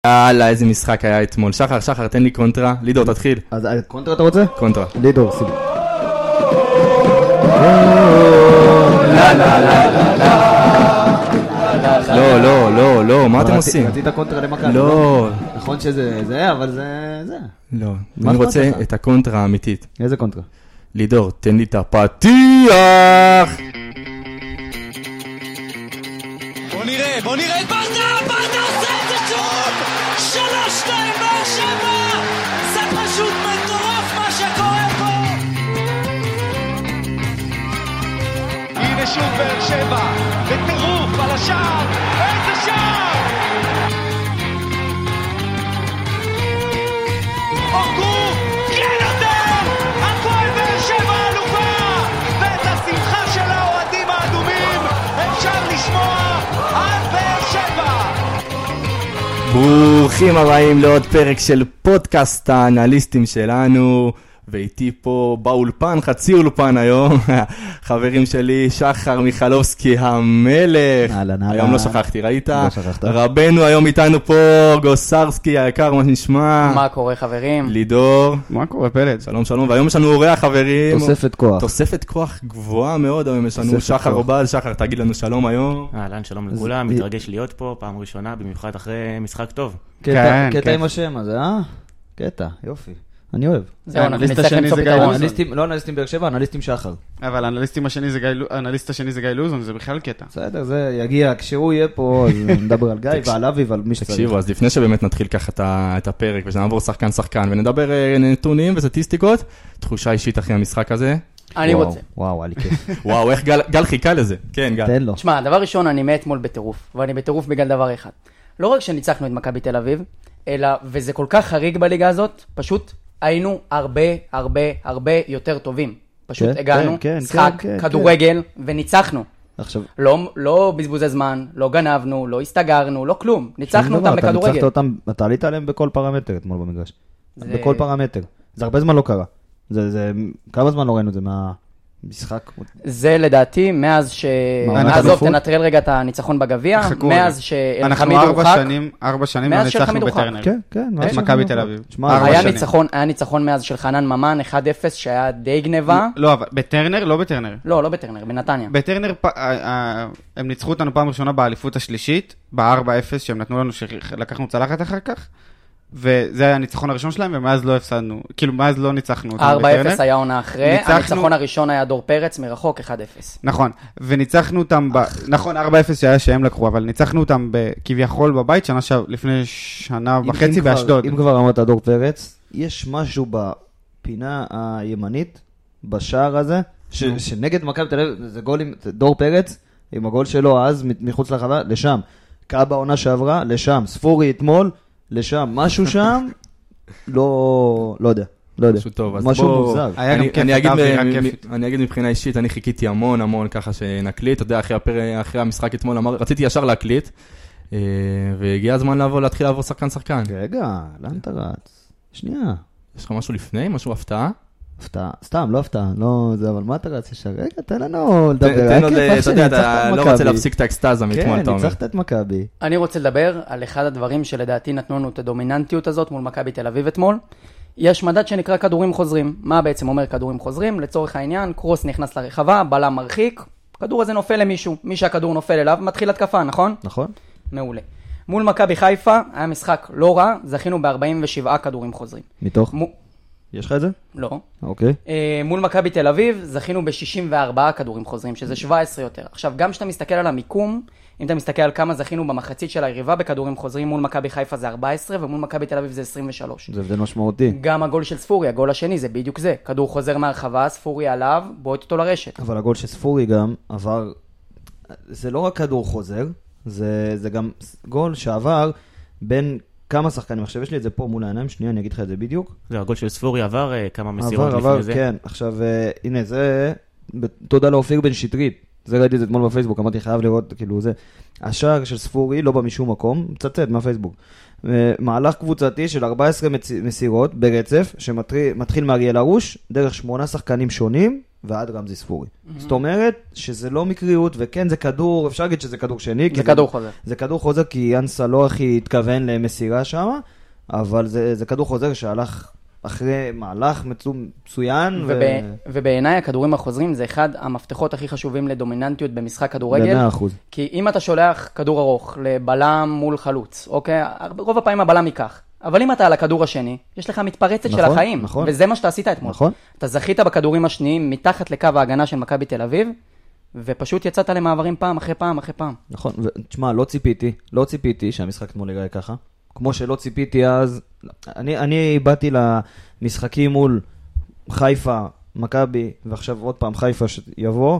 יאללה, איזה משחק היה אתמול. שחר, תן לי קונטרה. לידור, תתחיל. אז קונטרה אתה רוצה? קונטרה. לידור, סיבי. לא, מה אתם עושים? רצית קונטרה למכבי? לא. נכון שזה זה, אבל זה. לא, אני רוצה את הקונטרה האמיתית. איזה קונטרה? לידור, תן לי את הפתיח! בוא נראה את ברדה עושה את זה שוב! 3-2 באר שבע! זה פשוט מטורף מה שקורה פה! הנה שוב באר שבע, בטירוף על השער! איזה שער! אורגו, כן יותר! הפועל באר שבע אלופה! ואת השמחה של האוהדים האדומים אפשר לשמוע על באר שבע! ברוכים הבאים לעוד פרק של פודקאסט האנליסטים שלנו, ואיתי פה באולפן, חצי אולפן היום, חברים שלי, שחר מיכלובסקי המלך. היום לא שכחתי, ראית? לא שכחת. רבנו היום איתנו פה, גוסרסקי היקר, מה נשמע? מה קורה חברים? לידור. מה קורה פלד? שלום, והיום יש לנו אורח חברים. תוספת כוח. תוספת כוח גבוהה מאוד, היום יש לנו שחר רובז. שחר, תגיד לנו שלום היום. אהלן, שלום לכולם, מתרגש להיות פה, פעם ראשונה, במיוחד אחרי משחק טוב. קטע עם השם הזה, קטע, יופי. אני אוהב. זהו, אנחנו נצטרך למצוא פתרון. לא אנליסטים באר שבע, אנליסטים שחר. אבל האנליסט השני זה גיא לוזון, זה בכלל קטע. בסדר, זה יגיע, כשהוא יהיה פה, אז נדבר על גיא ועל אבי ועל מי שצריך. תקשיבו, אז לפני שבאמת נתחיל ככה את הפרק, ושנעבור שחקן, ונדבר נתונים וסטטיסטיקות, תחושה אישית אחרי המשחק הזה. אני רוצה. וואו, היה לי כיף. וואו, איך גל חיכה לזה. כן, גל. תן לו. תשמע, דבר ראשון, אני מאתמול בטירוף, ואני בטירוף בגלל דבר אחד. לא רק שניצחנו את מכבי תל אביב, אלא, וזה כל כך חריג בליגה הזאת, פשוט היינו הרבה יותר טובים. פשוט הגענו, שחק, כדורגל, וניצחנו. עכשיו, לא בזבוזי זמן, לא גנבנו, לא הסתגרנו, לא כלום. ניצחנו אותם בכדורגל. ניצחת אותם, אתה עלית עליהם בכל פרמטר אתמול במגרש. בכל פרמטר. זה הרבה זמן לא קרה. כמה זמן לא ראינו את זה מהמשחק? זה לדעתי, מאז עזוב, תנטרל רגע את הניצחון בגביע, מאז שאלחמיד הורחק. אנחנו 4 שנים לא ניצחנו בטרנר. כן. את מכבי תל אביב. היה ניצחון מאז של חנן ממן, 1-0, שהיה די גניבה. לא, אבל בטרנר? לא בטרנר. לא בטרנר, בנתניה. בטרנר, הם ניצחו אותנו פעם ראשונה באליפות השלישית, ב-4-0, שהם נתנו לנו שלקחנו צלחת אחר כך. וזה היה הניצחון הראשון שלהם, ומאז לא הפסדנו, כאילו מאז לא ניצחנו אותם בטרנר. 4-0 היה עונה אחרי, הניצחון הראשון היה דור פרץ מרחוק 1-0. נכון, וניצחנו אותם, נכון 4-0 שהיה שהם לקחו, אבל ניצחנו אותם כביכול בבית, לפני שנה וחצי באשדוד. אם כבר אמרת דור פרץ, יש משהו בפינה הימנית, בשער הזה, שנגד מכבי תל אביב, זה גול עם דור פרץ, עם הגול שלו אז מחוץ לחווה, לשם. קאבה עונה שעברה, לשם. ספורי אתמול, לשם, משהו שם, לא יודע. משהו טוב, אז משהו מוזר. אני אגיד מבחינה אישית, אני חיכיתי המון ככה שנקליט, אתה יודע, אחרי המשחק אתמול, רציתי ישר להקליט, והגיע הזמן להתחיל לעבור שחקן. רגע, לאן אתה רץ? שנייה. יש לך משהו לפני? משהו הפתעה? סתם, לא הפתעה, לא זה, אבל מה אתה רץ ישר? רגע, תן לנו לדבר. אתה לא רוצה להפסיק את האקסטאזה מאתמול, אתה אומר. כן, ניצחת את מכבי. אני רוצה לדבר על אחד הדברים שלדעתי נתנו לנו את הדומיננטיות הזאת מול מכבי תל אביב אתמול. יש מדד שנקרא כדורים חוזרים. מה בעצם אומר כדורים חוזרים? לצורך העניין, קרוס נכנס לרחבה, בלם מרחיק, כדור הזה נופל למישהו. מי שהכדור נופל אליו, מתחיל התקפה, נכון? נכון. מעולה. מול מכבי חיפה היה משחק לא רע, זכינו ב47 כדורים חוזרים. מתוך? יש לך את זה? לא. אוקיי. מול מכבי תל אביב זכינו ב64 כדורים חוזרים, שזה 17 יותר. עכשיו, גם כשאתה מסתכל על המיקום, אם אתה מסתכל על כמה זכינו במחצית של היריבה בכדורים חוזרים, מול מכבי חיפה זה 14, ומול מכבי תל אביב זה 23. זה הבדל משמעותי. גם הגול של ספורי, הגול השני, זה בדיוק זה. כדור חוזר מהרחבה, ספורי עליו, בועט אותו לרשת. אבל הגול של ספורי גם עבר, זה לא רק כדור חוזר, זה גם גול שעבר בין כמה שחקנים. עכשיו יש לי את זה פה מול העיניים, שנייה, אני אגיד לך את זה בדיוק. זה הגול של ספורי עבר כמה מסירות לפני זה. כן, עכשיו, הנה, זה, תודה לאופיר בן שטרית, זה ראיתי את זה אתמול בפייסבוק, אמרתי חייב לראות, כאילו זה, השער של ספורי לא בא משום מקום, מצטט מהפייסבוק, מהלך קבוצתי של 14 מסירות ברצף, שמתחיל מאריאל הרוש, דרך 8 שחקנים שונים, ועד רמזי ספורי. זאת אומרת שזה לא מקריות, וכן זה כדור, אפשר להגיד שזה כדור שני. זה כדור חוזר. זה כדור חוזר כי יאן סלוחי התכוון למסירה שם, אבל זה כדור חוזר שהלך אחרי מהלך מצוין. ובעיניי הכדורים החוזרים זה אחד המפתחות הכי חשובים לדומיננטיות במשחק כדורגל. ב100%. כי אם אתה שולח כדור ארוך לבלם מול חלוץ, אוקיי? רוב הפעמים הבלם ייקח. אבל אם אתה על הכדור השני, יש לך מתפרצת של החיים. נכון. וזה מה שאתה עשית אתמול. נכון. אתה זכית בכדורים השניים מתחת לקו ההגנה של מכבי תל אביב, ופשוט יצאת למעברים פעם אחרי פעם אחרי פעם. נכון, ותשמע, לא ציפיתי שהמשחק אתמול ייראה ככה. כמו שלא ציפיתי אז, אני באתי למשחקים מול חיפה, מכבי, ועכשיו עוד פעם חיפה שיבוא,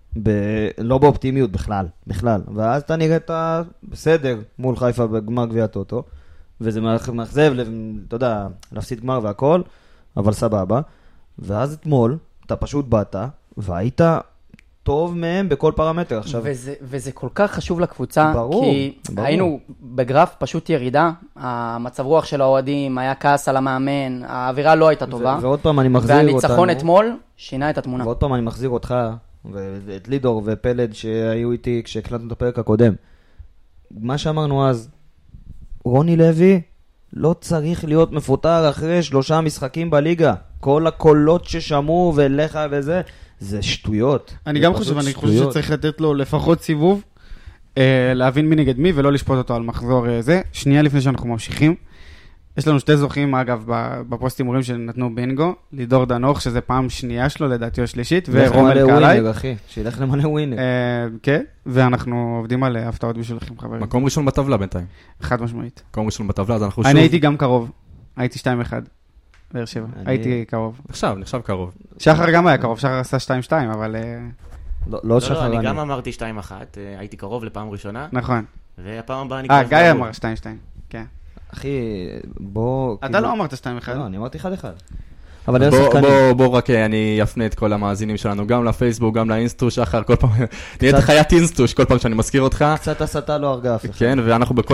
לא באופטימיות בכלל. ואז אתה נראית בסדר מול חיפה בגמר גביע הטוטו, וזה מאכזב, אתה יודע, להפסיד גמר והכל, אבל סבבה. ואז אתמול, אתה פשוט באת, והיית טוב מהם בכל פרמטר עכשיו. וזה כל כך חשוב לקבוצה, ברור, כי היינו בגרף פשוט ירידה, המצב רוח של האוהדים, היה כעס על המאמן, האווירה לא הייתה טובה. ועוד פעם אני מחזיר אותנו. והניצחון אתמול שינה את התמונה. ועוד פעם אני מחזיר אותך, ואת לידור ופלד שהיו איתי כשהקלטנו את הפרק הקודם. מה שאמרנו אז, רוני לוי לא צריך להיות מפוטר אחרי 3 משחקים בליגה. כל הקולות ששמעו ולך וזה, זה שטויות. אני גם חושב שצריך לתת לו לפחות סיבוב, להבין מי נגד מי ולא לשפוט אותו על מחזור זה. שנייה לפני שאנחנו ממשיכים, יש לנו 2 זוכים, אגב, בפוסט הימורים שנתנו בינגו, לידור דנוך, שזה פעם שנייה שלו, לדעתי או שלישית, ורומל קאלי. שילך למלא ווינר. כן, ואנחנו עובדים על הפתעות בשבילכם, חברים. מקום ראשון בטבלה בינתיים. חד משמעית. מקום ראשון בטבלה, אז אנחנו שוב... אני הייתי גם קרוב. הייתי 2-1. באר שבע. הייתי קרוב. נחשב קרוב. שחר גם היה קרוב, שחר עשה 2-2, אבל... לא שחר. אני גם אמרתי 2-1, הייתי קרוב לפעם ראשונה. נכון. והפעם הבאה אני קרוב. גיא אמר 2-2, כן. אחי, בוא... אתה לא אמרת 2-1. לא, אני אמרתי 1-1. אבל בוא רק אני אפנה את כל המאזינים שלנו, גם לפייסבוק, גם לאינסטוש, אחר כל פעם, נהיית חיית אינסטוש כל פעם שאני מזכיר אותך. קצת הסתה לא הרגה אף אחד. כן, ואנחנו בכל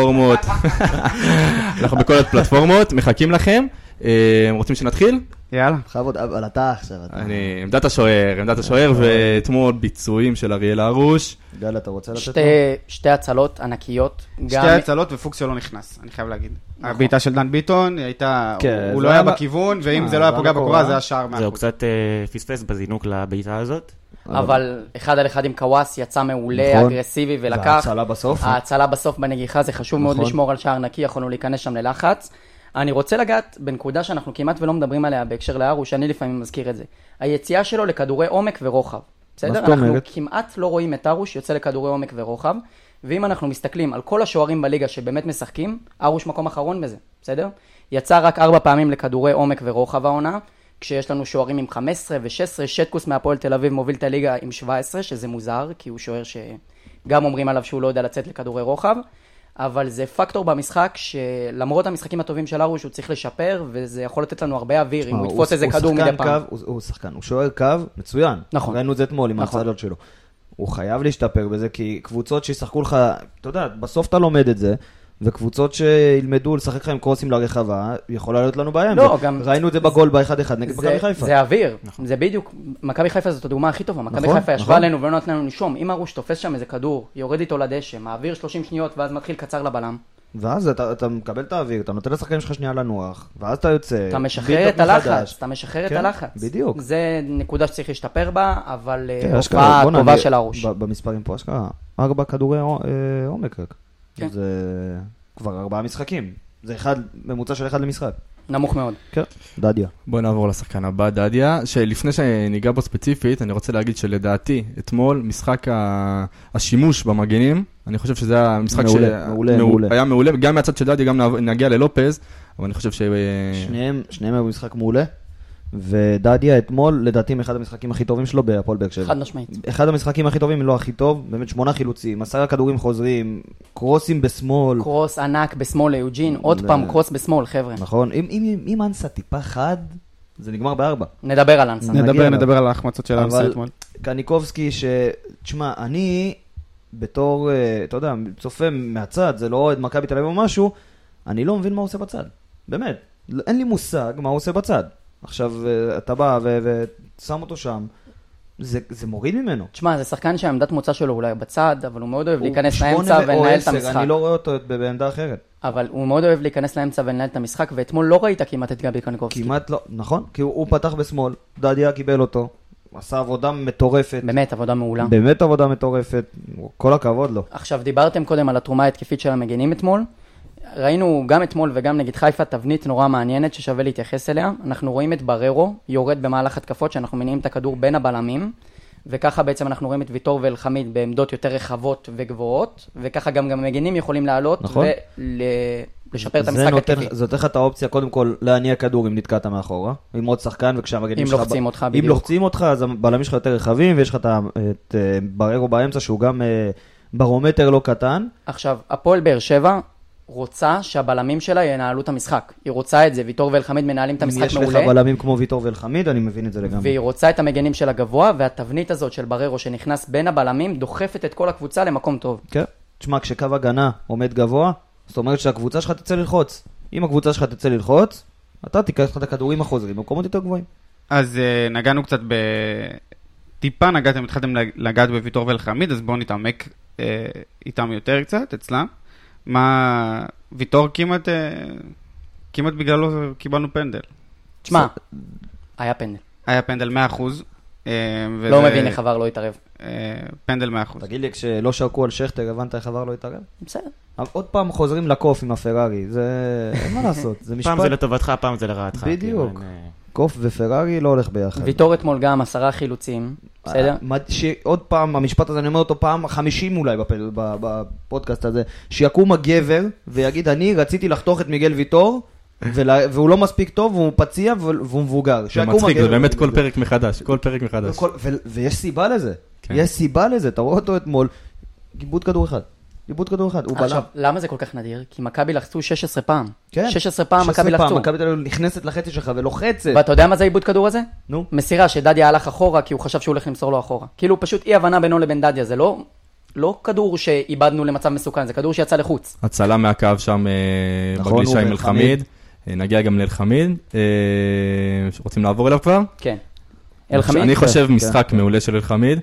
הפלטפורמות, מחכים לכם. רוצים שנתחיל? יאללה. בכבוד, אבל אתה עכשיו. עמדת השוער, ואתמול ביצועים של אריאל הרוש. גל, אתה רוצה לתת לו? שתי הצלות ענקיות. שתי הצלות ופוקסיה לא נכנס, אני חייב להגיד. הבעיטה של דן ביטון, הוא לא היה בכיוון, ואם זה לא היה פוגע בקורה, זה היה שער מהחוץ. זהו, קצת פספס בזינוק לבעיטה הזאת. אבל 1-1 עם קוואס יצא מעולה, אגרסיבי ולקח. וההצלה בסוף. ההצלה בסוף בנגיחה, זה חשוב מאוד לשמור על שער נקי, יכולנו להיכנס שם ללחץ. אני רוצה לגעת בנקודה שאנחנו כמעט ולא מדברים עליה בהקשר להרוש, שאני לפעמים מזכיר את זה. היציאה שלו לכדורי עומק ורוחב. בסדר? אנחנו כמעט לא רואים את הרוש יוצא לכדורי עומק ורוחב, ואם אנחנו מסתכלים על כל השוערים בליגה שבאמת משחקים, הרוש מקום אחרון בזה, בסדר? יצא רק 4 פעמים לכדורי עומק ורוחב העונה, כשיש לנו שוערים עם 15 ו-16, שטקוס מהפועל תל אביב מוביל את הליגה עם 17, שזה מוזר, כי הוא שוער שגם אומרים עליו שהוא לא יודע לצאת לכדורי רוחב, אבל זה פקטור במשחק שלמרות המשחקים הטובים של הרוש הוא צריך לשפר, וזה יכול לתת לנו הרבה אוויר אם הוא יתפוס איזה כדור מדי פעם. הוא שחקן, הוא שוער קו מצוין. נכון. ראינו את זה אתמול עם ההצלות שלו. הוא חייב להשתפר בזה, כי קבוצות שישחקו לך, אתה יודע, בסוף אתה לומד את זה, וקבוצות שילמדו לשחק לך עם קרוסים לרחבה, יכולה להיות לנו בעיה. לא, גם... ראינו את זה בגול ב-1-1 נגד מכבי חיפה. זה אוויר, זה בדיוק, מכבי חיפה זאת הדוגמה הכי טובה, מכבי חיפה ישבה עלינו ולא נתנה לנו נשום, אם הרוש תופס שם איזה כדור, יורד איתו לדשא, מעביר 30 שניות ואז מתחיל קצר לבלם. ואז אתה מקבל את האוויר, אתה נותן לשחקנים שלך שנייה לנוח, ואז אתה יוצא... אתה משחרר את הלחץ, אתה משחרר את הלחץ. בדיוק. זה נקודה שצריך להשתפר בה, אבל הופעה טובה של הרוש. במספרים פה, אשכרה, 4 כדורי עומק רק. זה כבר 4 משחקים. זה ממוצע של 1 למשחק. נמוך מאוד. כן, דדיה. בוא נעבור לשחקן הבא, דדיה, שלפני שניגע בו ספציפית, אני רוצה להגיד שלדעתי, אתמול, משחק השימוש במגנים, אני חושב שזה היה משחק שהיה מעולה, גם מהצד של דדיה, גם נגיע ללופז, אבל אני חושב שניהם היו משחק מעולה, ודדיה אתמול, לדעתי, אחד המשחקים הכי טובים שלו בהפועל באר שבע. חד משמעית. אחד המשחקים הכי טובים, לא הכי טוב, באמת 8 חילוצים, 10 כדורים חוזרים, קרוסים בשמאל. קרוס ענק בשמאל ליוג'ין, עוד פעם קרוס בשמאל, חבר'ה. נכון, אם אנסה טיפה חד, זה נגמר ב4. נדבר על אנסה. נדבר על ההחמצות של אנסה אתמול. קניקובסקי, תשמע, אני בתור, אתה יודע, צופה מהצד, זה לא אוהד מכבי תל אביב או משהו, אני לא מבין מה הוא עושה בצד. באמת, אין לי מושג מה הוא עושה בצד. עכשיו אתה בא שם אותו שם, זה מוריד ממנו. תשמע, זה שחקן שהעמדת מוצא שלו אולי בצד, אבל הוא מאוד אוהב להיכנס לאמצע ולנהל את המשחק. אני לא רואה אותו בעמדה אחרת. אבל הוא מאוד אוהב להיכנס לאמצע ולנהל את המשחק, ואתמול לא ראית כמעט את גבי קניקובסקי. כמעט לא, נכון, כי הוא פתח בשמאל, דדיה קיבל אותו, עשה עבודה מטורפת. באמת, עבודה מעולה. באמת עבודה מטורפת, כל הכבוד לו. עכשיו, דיברתם קודם על התרומה ההתקפית של המגנים אתמול. ראינו גם אתמול וגם נגד חיפה תבנית נורא מעניינת ששווה להתייחס אליה. אנחנו רואים את בררו יורד במהלך התקפות שאנחנו מניעים את הכדור בין הבלמים, וככה בעצם אנחנו רואים את ויטור ואלחמיד בעמדות יותר רחבות וגבוהות, וככה גם המגנים יכולים לעלות נכון. ולשפר את המשחק התקפי. זה נותן לך את האופציה קודם כל להניע כדור אם נתקעת מאחורה, עם עוד שחקן וכשהמגנים שלך... אם לוחצים אותך בדיוק. אם לוחצים אותך אז הבלמים שלך יותר רחבים, ויש לך את בררו באמצע שהוא גם ברומטר לא קטן. עכשיו, הפועל באר שבע רוצה שהבלמים שלה ינהלו את המשחק. היא רוצה את זה, ויטור ואלחמיד מנהלים את המשחק מעולה. אם יש לך בלמים כמו ויטור ואלחמיד, אני מבין את זה לגמרי. והיא רוצה את המגנים של הגבוה, והתבנית הזאת של בררו שנכנס בין הבלמים, דוחפת את כל הקבוצה למקום טוב. כן. תשמע, כשקו הגנה עומד גבוה, זאת אומרת שהקבוצה שלך תצא ללחוץ. אם הקבוצה שלך תצא ללחוץ, אתה תיקח את הכדורים החוזרים במקומות יותר גבוהים. אז נגענו קצת טיפה התחלתם לגעת בוויטור ואלחמיד, אז בואו נתעמק איתם יותר קצת, אצלם. מה, ויטור כמעט בגללו קיבלנו פנדל. תשמע, היה פנדל. היה פנדל 100%. לא מבין איך עבר לא התערב. פנדל 100%. תגיד לי, כשלא שרקו על שכטר, הבנת איך עבר לא התערב? בסדר. עוד פעם חוזרים לקוף עם הפרארי, זה אין מה לעשות, זה משפט. פעם זה לטובתך, פעם זה לרעתך. בדיוק. קוף ופרארי לא הולך ביחד. ויטור אתמול גם 10 חילוצים, בסדר? עוד פעם, המשפט הזה, אני אומר אותו פעם 50 אולי בפודקאסט הזה, שיקום הגבר ויגיד, אני רציתי לחתוך את מיגל ויטור, והוא לא מספיק טוב, והוא פציע והוא מבוגר. זה מצחיק, זה באמת כל פרק מחדש, כל פרק מחדש. ויש סיבה לזה, יש סיבה לזה, אתה רואה אותו אתמול, גיבוד כדור אחד. איבוד כדור אחד, הוא בלם. עכשיו, למה זה כל כך נדיר? כי מכבי לחצו 16 פעם. כן. 16 פעם מכבי לחצו. מכבי נכנסת לחצי שלך ולוחצת. ואתה יודע מה זה איבוד כדור הזה? נו. מסירה שדדיה הלך אחורה, כי הוא חשב שהוא הולך למסור לו אחורה. כאילו פשוט אי הבנה בינו לבין דדיה, זה לא כדור שאיבדנו למצב מסוכן, זה כדור שיצא לחוץ. הצלה מהקו שם בגלישה עם אלחמיד. נגיע גם לאלחמיד. רוצים לעבור אליו כבר? כן. אלחמיד? אני חושב משחק מעולה של אלחמיד.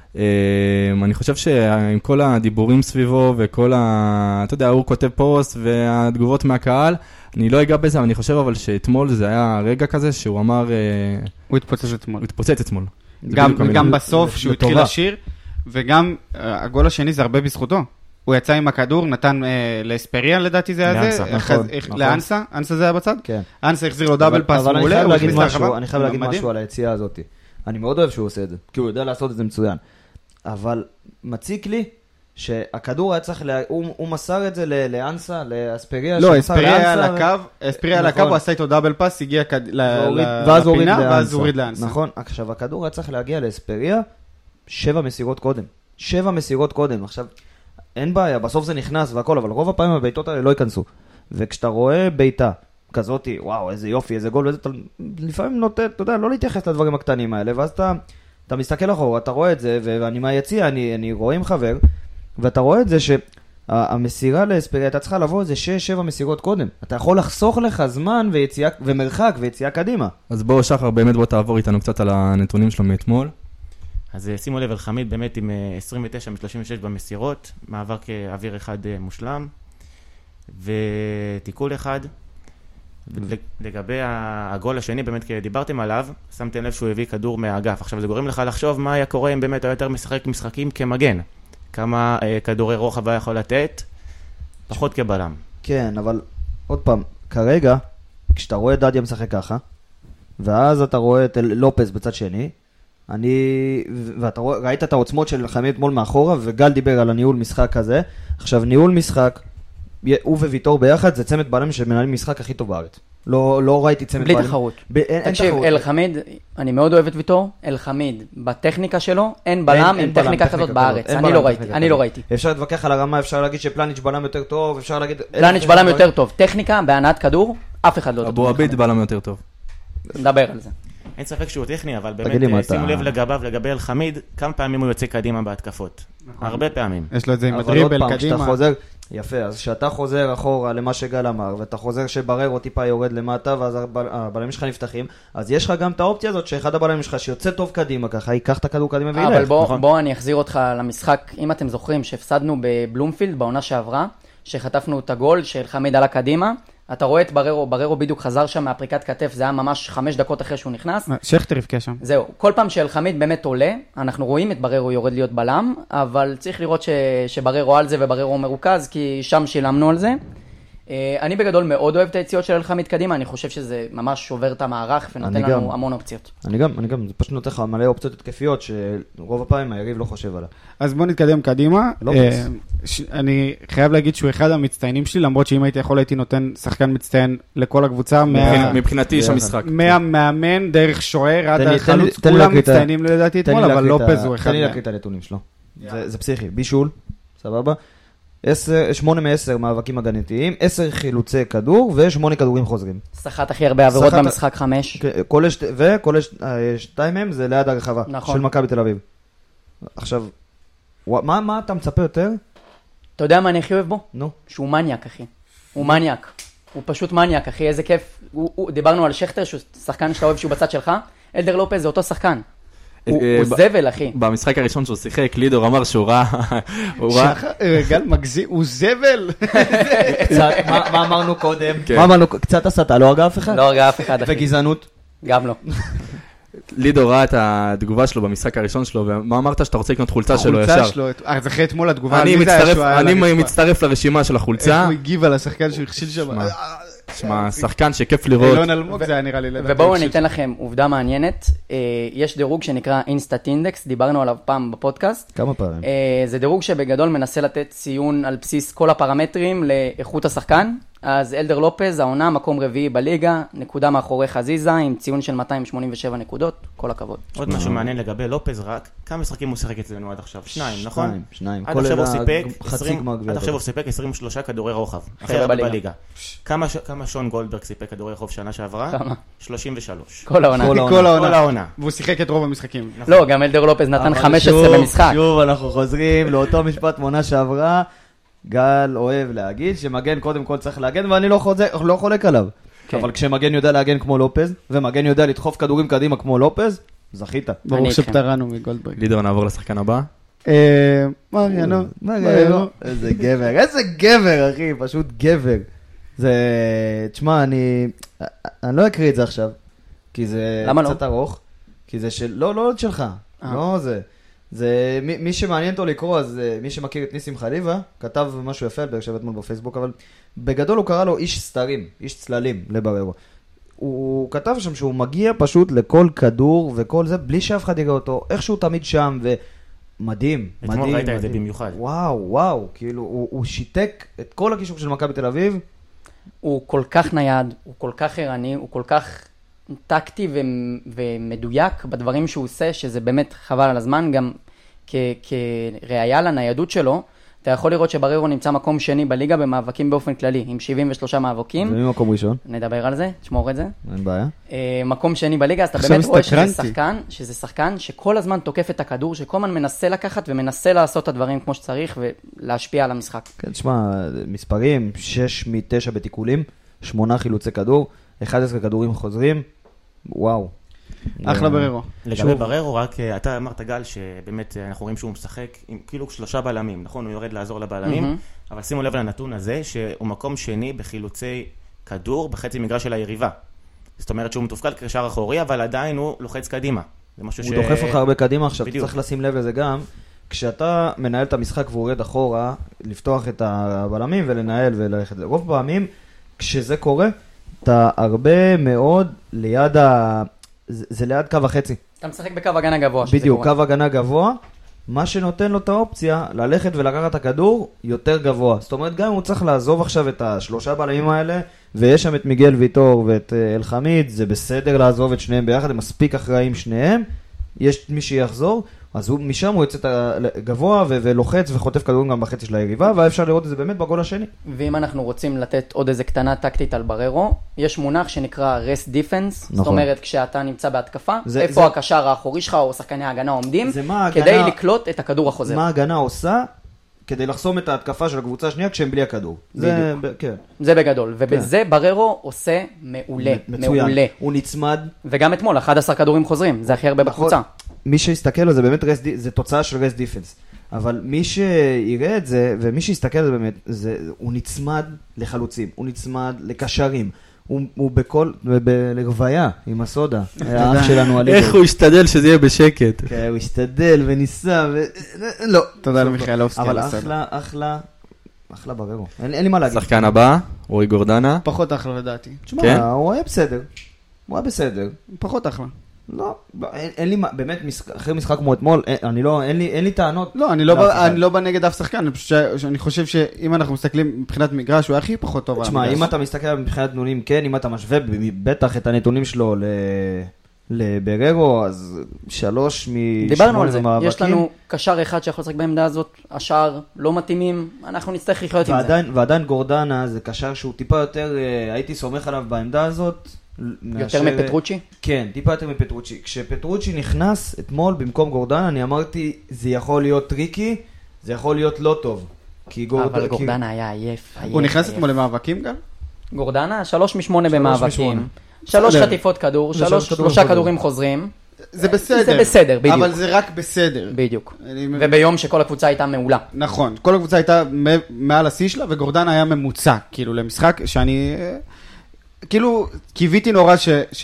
אני חושב שעם כל הדיבורים סביבו וכל אתה יודע, הוא כותב פוסט והתגובות מהקהל, אני לא אגע בזה, אבל אני חושב אבל שאתמול זה היה רגע כזה שהוא אמר... הוא התפוצץ אתמול. הוא התפוצץ אתמול. גם בסוף שהוא התחיל לשיר, וגם הגול השני זה הרבה בזכותו. הוא יצא עם הכדור, נתן לאספריה לדעתי זה היה זה, לאנסה, אנסה זה היה בצד? כן. אנסה החזיר לו דאבל פאס מעולה, אני חייב להגיד משהו על היציאה הזאת. אני מאוד אוהב שהוא עושה את זה, כי הוא יודע לעשות את זה מצוין. אבל מציק לי שהכדור היה צריך, הוא מסר את זה לאנסה, לאספריה. לא, אספריה על הקו, הוא עשה איתו דאבל פאס, הגיע לפינה, ואז הוריד לאנסה. נכון, עכשיו הכדור היה צריך להגיע לאספריה 7 מסירות קודם. 7 מסירות קודם. עכשיו, אין בעיה, בסוף זה נכנס והכל, אבל רוב הפעמים הביתות האלה לא ייכנסו. וכשאתה רואה ביתה כזאת, וואו, איזה יופי, איזה גול, לפעמים נוטה, אתה יודע, לא להתייחס לדברים הקטנים האלה, ואז אתה מסתכל אחורה, אתה רואה את זה, ואני מהיציע, אני רואה עם חבר, ואתה רואה את זה שהמסירה לאספריה, אתה צריכה לבוא איזה 6-7 מסירות קודם. אתה יכול לחסוך לך זמן ומרחק ויציאה קדימה. אז בואו שחר, באמת בוא תעבור איתנו קצת על הנתונים שלו מאתמול. אז שימו לב, אלחמיד באמת עם 29 מ-36 במסירות, מעבר כאוויר אחד מושלם, ותיקול אחד. לגבי הגול השני, באמת דיברתם עליו, שמתם לב שהוא הביא כדור מהאגף. עכשיו זה גורם לך לחשוב מה היה קורה אם באמת היה יותר משחק משחקים כמגן. כמה כדורי רוחב היה יכול לתת, פחות כבלם. כן, אבל עוד פעם, כרגע, כשאתה רואה דדיה משחק ככה, ואז אתה רואה את לופס בצד שני, ואתה ראית את העוצמות של אלחמיד אתמול מאחורה, וגל דיבר על הניהול משחק הזה. עכשיו, ניהול משחק, הוא וויטור ביחד, זה צמד בלם שמנהלים משחק הכי טוב בארץ. לא ראיתי צמד בלם. בלי תחרות. תקשיב, אלחמיד, אני מאוד אוהב את ויטור, אלחמיד, בטכניקה שלו, אין בלם עם טכניקה כזאת בארץ. אני לא ראיתי. אפשר להתווכח על הרמה, אפשר להגיד שפלניץ' בלם יותר טוב, אפשר להגיד... פלניץ' בלם יותר טוב. טכניקה, בהנעת כדור, אף אחד לא טוב. אבו עביד בלם יותר טוב. נדבר על זה. אין ספק שהוא טכני, אבל באמת שימו לב לגבי אלחמיד, כמה פעמים הוא יוצא קדימה בהתקפות. הרבה פעמים. יש לו את זה עם הדריבל קדימה. יפה, אז כשאתה חוזר אחורה למה שגל אמר, ואתה חוזר שבררו טיפה יורד למטה, ואז הבלמים שלך נפתחים, אז יש לך גם את האופציה הזאת, שאחד הבלמים שלך שיוצא טוב קדימה ככה, ייקח את הכדור קדימה וילך. אבל בוא אני אחזיר אותך למשחק, אם אתם זוכרים שהפסדנו בבלומפילד בעונה שעברה, שחטפנו את הגול של חמיד עלה קדימה, אתה רואה את בררו בדיוק חזר שם מהפריקת כתף, זה היה ממש 5 דקות אחרי שהוא נכנס. שכטר יבקע שם. זהו, כל פעם שאלחמיד באמת עולה, אנחנו רואים את בררו יורד להיות בלם, אבל צריך לראות שבררו על זה ובררו מרוכז, כי שם שילמנו על זה. אני בגדול מאוד אוהב את היציאות של אלחמיד קדימה, אני חושב שזה ממש שובר את המערך ונותן לנו המון אופציות. אני גם, זה פשוט נותן לך מלא אופציות התקפיות שרוב הפעמים היריב לא חושב עליה. אז בוא נתקדם קדימה. אני חייב להגיד שהוא אחד המצטיינים שלי, למרות שאם הייתי יכול הייתי נותן שחקן מצטיין לכל הקבוצה. מבחינתי יש המשחק. מהמאמן, דרך שוער, עד החלוץ, כולם מצטיינים לדעתי אתמול, אבל לופז הוא אחד. תן לי להקריא את הנתונים שלו. זה פסיכי. בישול, סבבה? 8 מ-10 מאבקים הגנתיים, 10 חילוצי כדור ו8 כדורים חוזרים. סחט הכי הרבה עבירות במשחק 5. וכל 2 מהם זה ליד הרחבה של מכבי תל אביב. עכשיו, מה אתה מצפה יותר? אתה יודע מה אני הכי אוהב בו? נו. שהוא מניאק, אחי. הוא מניאק. הוא פשוט מניאק, אחי. איזה כיף. דיברנו על שכטר, שהוא שחקן שאתה אוהב שהוא בצד שלך. אלדר לופז זה אותו שחקן. הוא זבל, אחי. במשחק הראשון שהוא שיחק, לידור אמר שהוא ראה... גל מגזים, הוא זבל. מה אמרנו קודם? מה אמרנו? קצת הסתה, לא הרגע אף אחד? לא הרגע אף אחד, אחי. וגזענות? גם לא. לידור ראה את התגובה שלו במשחק הראשון שלו, ומה אמרת שאתה רוצה לקנות חולצה שלו ישר? החולצה שלו, אז אחרי אתמול התגובה... אני מצטרף לרשימה של החולצה. איך הוא הגיב על השחקן שהוא הכשיל שם? שמע, שחקן שכיף לראות. אילון אלמוג זה היה נראה לי. ובואו אני אתן לכם עובדה מעניינת. יש דירוג שנקרא אינסטאט אינדקס, דיברנו עליו פעם בפודקאסט. כמה פעמים? זה דירוג שבגדול מנסה לתת ציון על בסיס כל הפרמטרים לאיכות השחקן. אז אלדר לופז, העונה, מקום רביעי בליגה, נקודה מאחורי חזיזה, עם ציון של 287 נקודות, כל הכבוד. עוד משהו מעניין לגבי לופז רק, כמה משחקים הוא שיחק אצלנו עד עכשיו? 2, נכון? 2. עד עכשיו הוא סיפק 23 כדורי רוחב. הכי הרבה בליגה. כמה שון גולדברג סיפק כדורי רוחב שנה שעברה? כמה? 33. כל העונה. כל העונה. והוא שיחק את רוב המשחקים. לא, גם אלדר לופז נתן 15 במשחק. שוב אנחנו חוזרים לאותו משפט מונה שעברה. גל אוהב להגיד שמגן קודם כל צריך להגן, ואני לא חולק עליו. אבל כשמגן יודע להגן כמו לופז, ומגן יודע לדחוף כדורים קדימה כמו לופז, זכית. ברור שפטרנו מגולדברג. לידור, נעבור לשחקן הבא. מריאנו. איזה גבר, אחי, פשוט גבר. תשמע, אני לא אקריא את זה עכשיו, כי זה קצת ארוך, כי זה לא שלך, לא זה. זה, מי שמעניין אותו לקרוא, אז מי שמכיר את ניסים חליבה, כתב משהו יפה, יושב אתמול בפייסבוק, אבל בגדול הוא קרא לו איש סתרים, איש צללים לבררו. הוא כתב שם שהוא מגיע פשוט לכל כדור וכל זה, בלי שאף אחד יראה אותו, איכשהו תמיד שם, ומדהים, מדהים. אתמול ראית את זה במיוחד. וואו, כאילו, הוא שיתק את כל הקישור של מכבי תל אביב. הוא כל כך נייד, הוא כל כך ערני, הוא כל כך טקטי ומדויק בדברים שהוא עושה, שזה באמת חבל על הזמן, גם כראיה לניידות שלו, אתה יכול לראות שבררו נמצא מקום שני בליגה במאבקים באופן כללי, עם 73 מאבקים. ומי מקום ראשון? נדבר על זה, תשמור את זה. אין בעיה. מקום שני בליגה, אז אתה באמת רואה שזה שחקן שכל הזמן תוקף את הכדור, שכל הזמן מנסה לקחת ומנסה לעשות את הדברים כמו שצריך ולהשפיע על המשחק. כן, תשמע, מספרים, 6 מ-9 בתיקולים, 8 חילוצי כדור, 11 כדורים חוזרים, וואו. אחלה בררו. לגבי בררו, רק אתה אמרת גל שבאמת אנחנו רואים שהוא משחק עם כאילו 3 בלמים, נכון? הוא יורד לעזור לבלמים, אבל שימו לב לנתון הזה שהוא מקום שני בחילוצי כדור בחצי מגרש של היריבה. זאת אומרת שהוא מתופקד כשער אחורי, אבל עדיין הוא לוחץ קדימה. הוא דוחף אותך הרבה קדימה, עכשיו צריך לשים לב לזה גם, כשאתה מנהל את המשחק והוא יורד אחורה, לפתוח את הבלמים ולנהל וללכת. רוב פעמים, כשזה קורה, אתה הרבה מאוד ליד זה ליד קו החצי. אתה משחק בקו הגנה גבוה. בדיוק, קו הגנה גבוה, מה שנותן לו את האופציה, ללכת ולקחת את הכדור יותר גבוה. זאת אומרת, גם אם הוא צריך לעזוב עכשיו את 3 בלמים האלה, ויש שם את מיגל ויטור ואת אלחמיד, זה בסדר לעזוב את שניהם ביחד, הם מספיק אחראים שניהם, יש מי שיחזור, אז משם הוא יוצא גבוה ולוחץ וחוטף כדורים גם בחצי של היריבה, ואפשר לראות את זה באמת בגול השני. ואם אנחנו רוצים לתת עוד איזה קטנה טקטית על בררו, יש מונח שנקרא rest defense, זאת אומרת כשאתה נמצא בהתקפה, איפה הקשר האחורי שלך או שחקני ההגנה עומדים, כדי לקלוט את הכדור החוזר. מה ההגנה עושה כדי לחסום את ההתקפה של הקבוצה השנייה כשהם בלי הכדור. זה, כן. זה בגדול, ובזה בררו עושה מעולה, מעולה. הוא נצמד. וגם אתמול, 11 כדורים חוזרים, זה הכי הרבה בקבוצה. מי שיסתכל על זה, באמת זה תוצאה של רסט דיפנס. אבל מי שיראה את זה, ומי שיסתכל על זה באמת, הוא נצמד לחלוצים, הוא נצמד לקשרים. הוא בכל, לרוויה, עם הסודה, האח שלנו הליגה. איך הוא השתדל שזה יהיה בשקט. כן, הוא השתדל וניסה, לא. תודה למיכאלובסקי. אבל אחלה בררו. אין לי מה להגיד. שחקן הבא, רועי גורדנה. פחות אחלה לדעתי. תשמע, הוא היה בסדר. הוא היה בסדר. פחות אחלה. לא, אין לי, באמת, אחרי משחק כמו אתמול, אין לי טענות. לא, אני לא בא נגד אף שחקן, אני חושב שאם אנחנו מסתכלים מבחינת מגרש, הוא הכי פחות טוב. תשמע, אם אתה מסתכל מבחינת נתונים, כן, אם אתה משווה בטח את הנתונים שלו לבררו, אז 3 מ-8 דיברנו על זה, במאבקים. יש לנו קשר אחד שיכול לשחק בעמדה הזאת, השאר לא מתאימים, אנחנו נצטרך לחיות עם זה. ועדיין גורדנה זה קשר שהוא טיפה יותר, הייתי סומך עליו בעמדה הזאת, יותר מפטרוצ'י? כן, טיפה יותר מפטרוצ'י. כשפטרוצ'י נכנס אתמול במקום גורדנה, אני אמרתי, זה יכול להיות טריקי, זה יכול להיות לא טוב. אבל גורדנה היה עייף. הוא נכנס אתמול למאבקים גם? גורדנה, 3 מ-8 במאבקים. 3 חטיפות כדור, 3 כדורים חוזרים. זה בסדר. זה בסדר, בדיוק. אבל זה רק בסדר. בדיוק. וביום שכל הקבוצה הייתה מעולה. נכון, כל הקבוצה הייתה מעל השיא שלה, וגורדנה היה ממוצע, כאילו, למשחק שאני... כאילו, קיוויתי נורא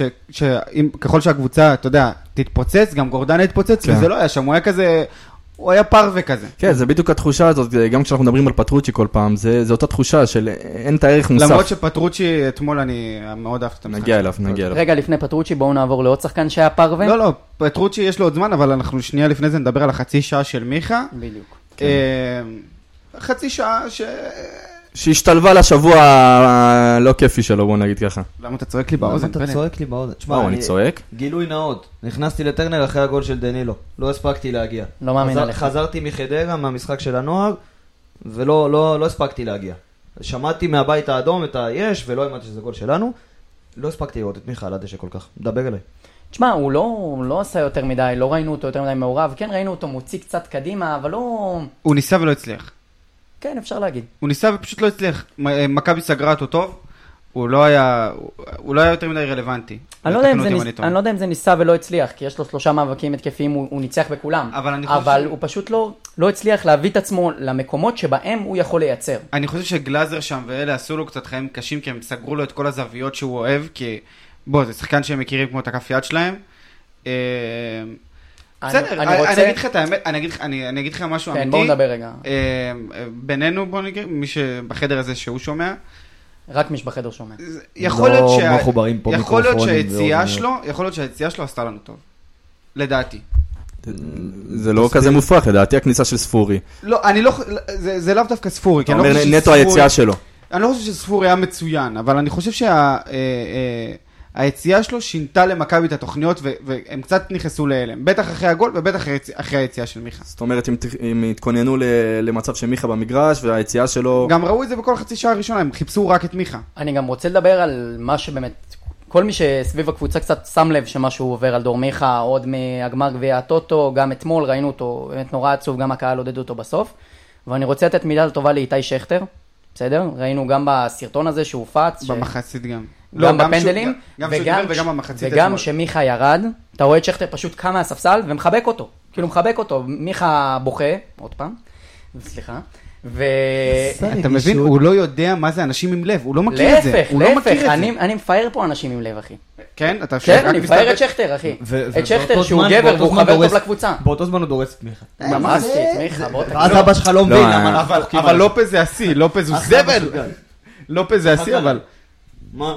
שככל שהקבוצה, אתה יודע, תתפוצץ, גם גורדנה יתפוצץ, וזה לא היה שם, הוא היה כזה, הוא היה פרווה כזה. כן, זה בדיוק התחושה הזאת, גם כשאנחנו מדברים על פטרוצ'י כל פעם, זה אותה תחושה של אין את הערך מוסף. למרות שפטרוצ'י, אתמול אני מאוד אהבתי את המשחק. נגיע אליו. רגע, לפני פטרוצ'י, בואו נעבור לעוד שחקן שהיה פרווה. לא, פטרוצ'י יש לו עוד זמן, אבל אנחנו שנייה לפני זה נדבר על החצי שעה של מיכה. בדיוק. חצי שעה שהשתלבה לשבוע לא כיפי שלו, בוא נגיד ככה. למה אתה צועק לי באוזן? למה אתה צועק לי באוזן? וואו, אני צועק? גילוי נאות, נכנסתי לטרנר אחרי הגול של דנילו, לא הספקתי להגיע. לא מאמין עליך. חזרתי מחדרה, מהמשחק של הנוער, ולא הספקתי להגיע. שמעתי מהבית האדום את היש, ולא האמנתי שזה גול שלנו, לא הספקתי לראות את מיכה על הדשא כל כך. דבר אליי. תשמע, הוא לא עשה יותר מדי, לא ראינו אותו יותר מדי מעורב, כן ראינו אותו מוציא קצת קדימה, אבל לא... הוא ניסה ולא הצליח. כן, אפשר להגיד. הוא ניסה ופשוט לא הצליח. מכבי סגרה אותו טוב, הוא לא היה יותר מדי רלוונטי. אני לא יודע אם זה ניסה ולא הצליח, כי יש לו 3 מאבקים התקפיים, הוא ניצח בכולם. אבל הוא פשוט לא הצליח להביא את עצמו למקומות שבהם הוא יכול לייצר. אני חושב שגלאזר שם ואלה עשו לו קצת חיים קשים, כי הם סגרו לו את כל הזוויות שהוא אוהב, כי זה שחקן שהם מכירים כמו את הכף יד שלהם. בסדר, אני אגיד לך את האמת, אני אגיד לך משהו אמיתי. כן, בואו נדבר רגע. בינינו, בואו נגיד, מי שבחדר הזה שהוא שומע. רק מי שבחדר שומע. יכול להיות שהיציאה שלו עשתה לנו טוב. לדעתי. זה לא כזה מופרך, לדעתי הכניסה של ספורי. לא, זה לאו דווקא ספורי. אתה אומר נטו היציאה שלו. אני לא חושב שספורי היה מצוין, אבל אני חושב היציאה שלו שינתה למכבי את התוכניות, והם קצת נכנסו לאלם. בטח אחרי הגול, ובטח אחרי היציאה של מיכה. זאת אומרת, הם התכוננו למצב של מיכה במגרש, והיציאה שלו... גם ראו את זה בכל חצי שעה הראשונה, הם חיפשו רק את מיכה. אני גם רוצה לדבר על מה שבאמת... כל מי שסביב הקבוצה קצת שם לב שמשהו עובר על דור מיכה, עוד מהגמר גביע הטוטו, גם אתמול ראינו אותו, באמת נורא עצוב, גם הקהל עודד אותו בסוף. ואני רוצה לתת מילה טובה לאיתי שכטר, בסדר? ראינו גם בסרטון הזה שהוא הופץ. במחצית גם. גם בפנדלים, וגם שמיכה ירד, אתה רואה את שכטר פשוט קם מהספסל ומחבק אותו, כאילו מחבק אותו, מיכה בוכה, עוד פעם, סליחה, אתה מבין, הוא לא יודע מה זה אנשים עם לב, הוא לא מכיר את זה, להפך, אני מפאר פה אנשים עם לב, אחי. כן, אני מפאר את שכטר, אחי, את שכטר שהוא גבר והוא חבר טוב לקבוצה. באותו זמן הוא דורס את מיכה. ממש, מיכה, בוא תגיד. אז אבא שלך לא מבין, אבל לופז זה השיא, לופז הוא זבל, לופז זה השיא, אבל... מה?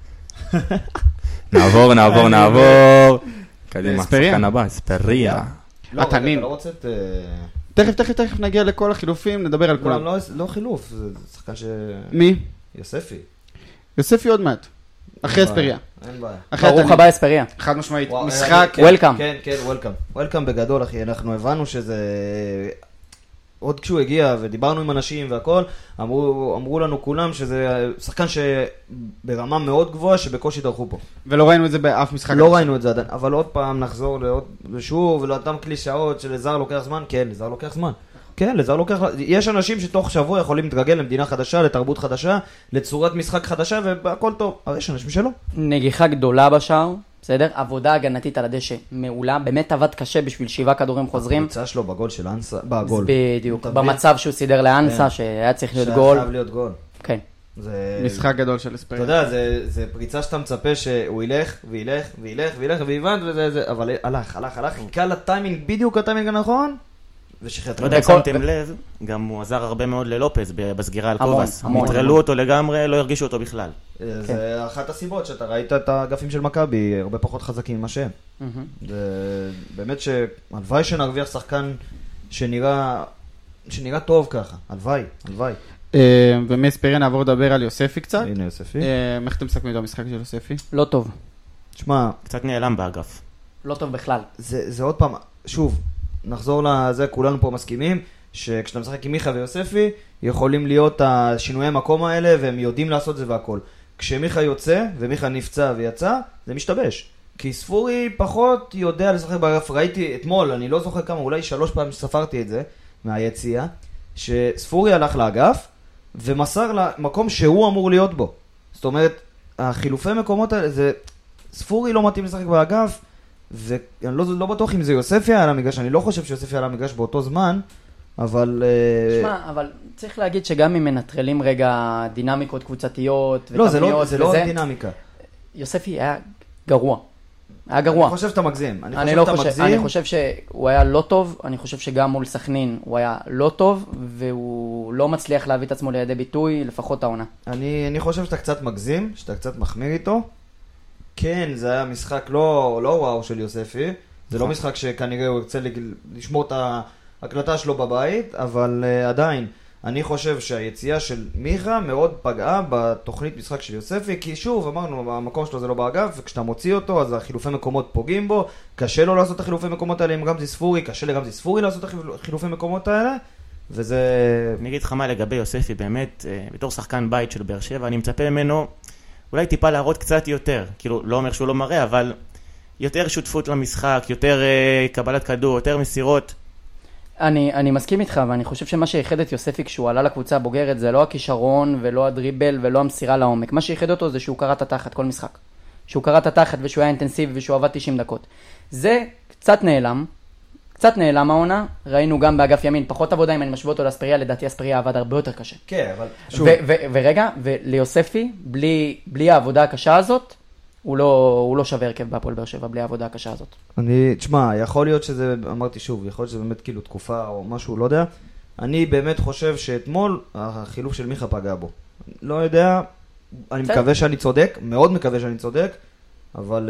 נעבור. קדימה, שחקן הבא, אספריה. התנין. אתה לא רוצה את... תכף נגיע לכל החילופים, נדבר על כולם. לא חילוף, זה שחקן ש... מי? יוספי. יוספי עוד מעט. אחרי אספריה. אין בעיה. ברוך הבא אספריה. חד משמעית. משחק. וולקאם. כן, וולקאם בגדול, אחי. אנחנו הבנו שזה... עוד כשהוא הגיע ודיברנו עם אנשים והכל, אמרו לנו כולם שזה שחקן שברמה מאוד גבוהה שבקושי דרכו פה. ולא ראינו את זה באף משחק. לא ראינו את זה עדיין, אבל עוד פעם נחזור לשוב ולאותם קלישאות שלזר לוקח זמן, כן, לזר לוקח זמן. כן, לזר לוקח, יש אנשים שתוך שבוע יכולים להתרגל למדינה חדשה, לתרבות חדשה, לצורת משחק חדשה, והכל טוב. אבל יש אנשים שלא. נגיחה גדולה בשער, בסדר? עבודה הגנתית על הדשא מעולה, באמת עבד קשה בשביל 7 כדורים חוזרים. הקבוצה שלו בגול של אנסה, בגול. בדיוק, במצב שהוא סידר לאנסה, שהיה צריך להיות גול. שהיה חייב להיות גול. כן. משחק גדול של אספריה. אתה יודע, זה פריצה שאתה מצפה שהוא ילך, וילך, וילך, וילך, ויבנט, אבל הלך, חיכה לטיימינג, בדיוק הטיימינג הנכון, ושחרר. לא יודע אם שמתם לב, גם הוא עזר הרבה מאוד ללופז בסגירה על קובס. נטרלו אותו לגמרי, לא הרגישו אותו בכלל. זה אחת הסיבות שאתה ראית את האגפים של מכבי הרבה פחות חזקים ממה שהם. באמת שהלוואי שנרוויח שחקן שנראה טוב ככה. הלוואי. ומאספריה נעבור לדבר על יוספי קצת. הנה יוספי. איך אתם מסכמים את המשחק של יוספי? לא טוב. תשמע, קצת נעלם באגף. לא טוב בכלל. זה עוד פעם, שוב, נחזור לזה, כולנו פה מסכימים, שכשאתה משחק עם מיכה ויוספי, יכולים להיות השינויי מקום האלה, והם יודעים לעשות זה והכל. כשמיכה יוצא, ומיכה נפצע ויצא, זה משתבש. כי ספורי פחות יודע לשחק באגף. ראיתי אתמול, אני לא זוכר כמה, אולי 3 פעמים שספרתי את זה, מהיציאה, שספורי הלך לאגף, ומסר למקום שהוא אמור להיות בו. זאת אומרת, החילופי מקומות האלה, ספורי לא מתאים לשחק באגף, ואני לא בטוח אם זה יוספי על המגרש, אני לא חושב שיוספי על המגרש באותו זמן, אבל... שמע, אבל צריך להגיד שגם אם מנטרלים רגע דינמיקות קבוצתיות ותבניות וזה... לא, זה לא דינמיקה. יוספי היה גרוע. היה גרוע. אני חושב שאתה מגזים. אני חושב שהוא היה לא טוב, אני חושב שגם מול סכנין הוא היה לא טוב, והוא לא מצליח להביא את עצמו לידי ביטוי, לפחות העונה. אני חושב שאתה קצת מגזים, שאתה קצת מחמיר איתו. כן, זה היה משחק לא וואו של יוספי, זה לא משחק שכנראה הוא ירצה לשמור את ההקלטה שלו בבית, אבל עדיין, אני חושב שהיציאה של מיכה מאוד פגעה בתוכנית משחק של יוספי, כי שוב, אמרנו, המקום שלו זה לא באגף, וכשאתה מוציא אותו, אז החילופי מקומות פוגעים בו, קשה לו לעשות את החילופי מקומות האלה עם רמזי ספורי, קשה לרמזי ספורי לעשות את החילופי מקומות האלה, וזה... אני אגיד לך מה לגבי יוספי, באמת, בתור שחקן בית של באר שבע, אני מצפה ממנו אולי טיפה להראות קצת יותר, כאילו לא אומר שהוא לא מראה, אבל יותר שותפות למשחק, יותר קבלת כדור, יותר מסירות. אני מסכים איתך, ואני חושב שמה שיחד את יוספי כשהוא עלה לקבוצה הבוגרת, זה לא הכישרון ולא הדריבל ולא המסירה לעומק. מה שיחד אותו זה שהוא קרא את התחת כל משחק. שהוא קרא את התחת ושהוא היה אינטנסיבי ושהוא עבד 90 דקות. זה קצת נעלם העונה, ראינו גם באגף ימין פחות עבודה, אם אני משווה אותו לאספריה, לדעתי אספריה עבד הרבה יותר קשה. כן, אבל שוב. ורגע, וליוספי, בלי העבודה הקשה הזאת, הוא לא שווה הרכב בהפועל באר שבע, בלי העבודה הקשה הזאת. תשמע, יכול להיות שזה, אמרתי שוב, יכול להיות שזה באמת כאילו תקופה או משהו, לא יודע. אני באמת חושב שאתמול החילוף של מיכה פגע בו. לא יודע, אני מקווה שאני צודק, מאוד מקווה שאני צודק, אבל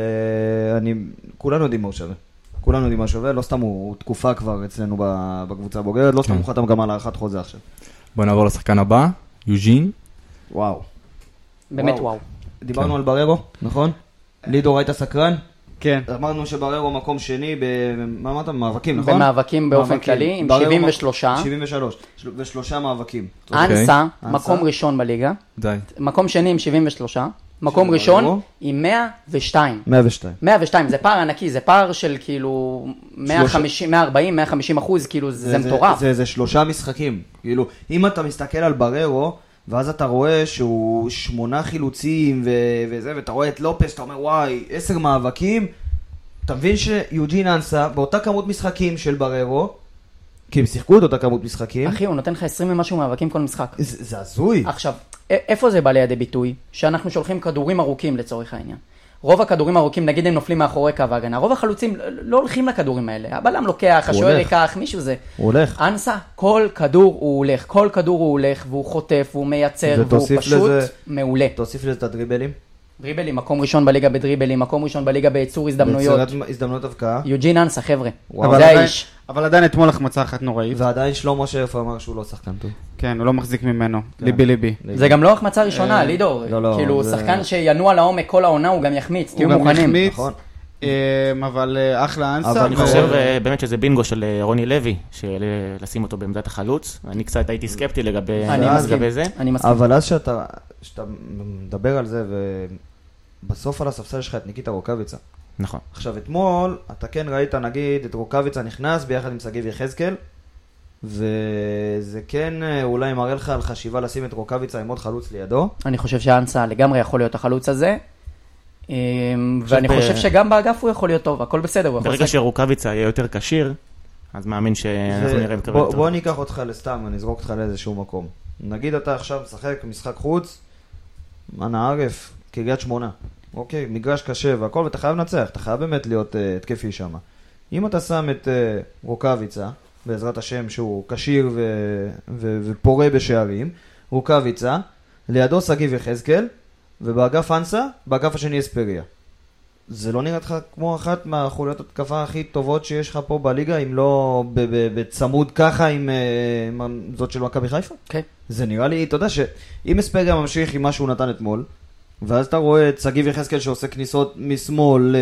כולנו יודעים מה הוא שווה. כולנו יודעים מה שווה, לא סתם הוא תקופה כבר אצלנו בקבוצה הבוגרת, לא סתם הוא חתם גם על הארכת חוזה עכשיו. בוא נעבור לשחקן הבא, יוז'ין. וואו. באמת וואו. דיברנו על בררו, נכון? לידור היית סקרן? כן. אמרנו שבררו מקום שני מה אמרת? מאבקים, נכון? במאבקים באופן כללי, עם 73. 73, ושלושה מאבקים. אנסה, מקום ראשון בליגה. די. מקום שני עם 73. מקום ראשון עם 102. 102, זה פער ענקי, זה פער של כאילו 140-150%, כאילו זה מטורף. זה 3 משחקים. כאילו, אם אתה מסתכל על בררו, ואז אתה רואה שהוא 8 חילוצים וזה, ואתה רואה את לופס, אתה אומר וואי, 10 מאבקים, אתה מבין שיוג'ין אנסה, באותה כמות משחקים של בררו, כי הם שיחקו את אותה כמות משחקים. אחי, הוא נותן לך 20 ומשהו מאבקים כל משחק. זה הזוי. עכשיו, איפה זה בא לידי ביטוי? שאנחנו שולחים כדורים ארוכים לצורך העניין. רוב הכדורים ארוכים, נגיד הם נופלים מאחורי קו ההגנה. רוב החלוצים לא הולכים לכדורים האלה. הבלם לוקח, השוער ייקח, מישהו זה. הוא הולך. אנסה, כל כדור הוא הולך. כל כדור הוא הולך, והוא חוטף, והוא מייצר, והוא פשוט מעולה. תוסיף לזה את הדריבלים. דריבלים, מקום ראשון בליגה בדריבלים, מקום ראשון בליגה ביצור הזדמנויות. הזדמנויות הבקעה. יוג'ין אנסה, חבר'ה. זה האיש. אבל עדיין אתמול החמצה אחת נוראית. ועדיין שלמה שרף אמר שהוא לא שחקן טוב. כן, הוא לא מחזיק ממנו. ליבי. זה גם לא החמצה ראשונה, לידור. כאילו, שחקן שינוע לעומק כל העונה, הוא גם יחמיץ. תהיו מוכנים. נכון. אבל אחלה אנסה. אני חושב באמת שזה בינגו של רוני לוי, לשים אותו בעמדת החלוץ. אני קצת הייתי סקפטי לגבי זה. אבל אז שאתה מדבר על זה, ובסוף על הספסל שלך את ניקיטה רוקביצה. נכון. עכשיו, אתמול, אתה כן ראית, נגיד, את רוקביצה נכנס ביחד עם סגיב יחזקאל, וזה כן אולי מראה לך על חשיבה לשים את רוקאביצה עם עוד חלוץ לידו. אני חושב שאנסה לגמרי יכול להיות החלוץ הזה, ואני חושב שגם באגף הוא יכול להיות טוב, הכל בסדר. ברגע שרוקאביצה יהיה יותר קשיר, אז מאמין שאנחנו נראה מקבל טוב. בוא ניקח אותך לסתם, אני אזרוק אותך לאיזשהו מקום. נגיד אתה עכשיו משחק משחק חוץ, מנה ערף, קריית שמונה. אוקיי, מגרש קשה והכל, ואתה חייב לנצח, אתה חייב באמת להיות התקפי שם. אם אתה שם את רוקאביצה, בעזרת השם שהוא קשיר ופורה בשערים, רוקאביצה, לידו סגיב יחזקאל, ובאגף אנסה, באגף השני אספריה. זה לא נראה לך כמו אחת מהחוליות התקפה הכי טובות שיש לך פה בליגה, אם לא בצמוד ככה עם זאת של מכבי חיפה? כן. זה נראה לי, אתה יודע שאם אספריה ממשיך עם מה שהוא נתן אתמול, ואז אתה רואה את סגיב יחזקאל שעושה כניסות משמאל,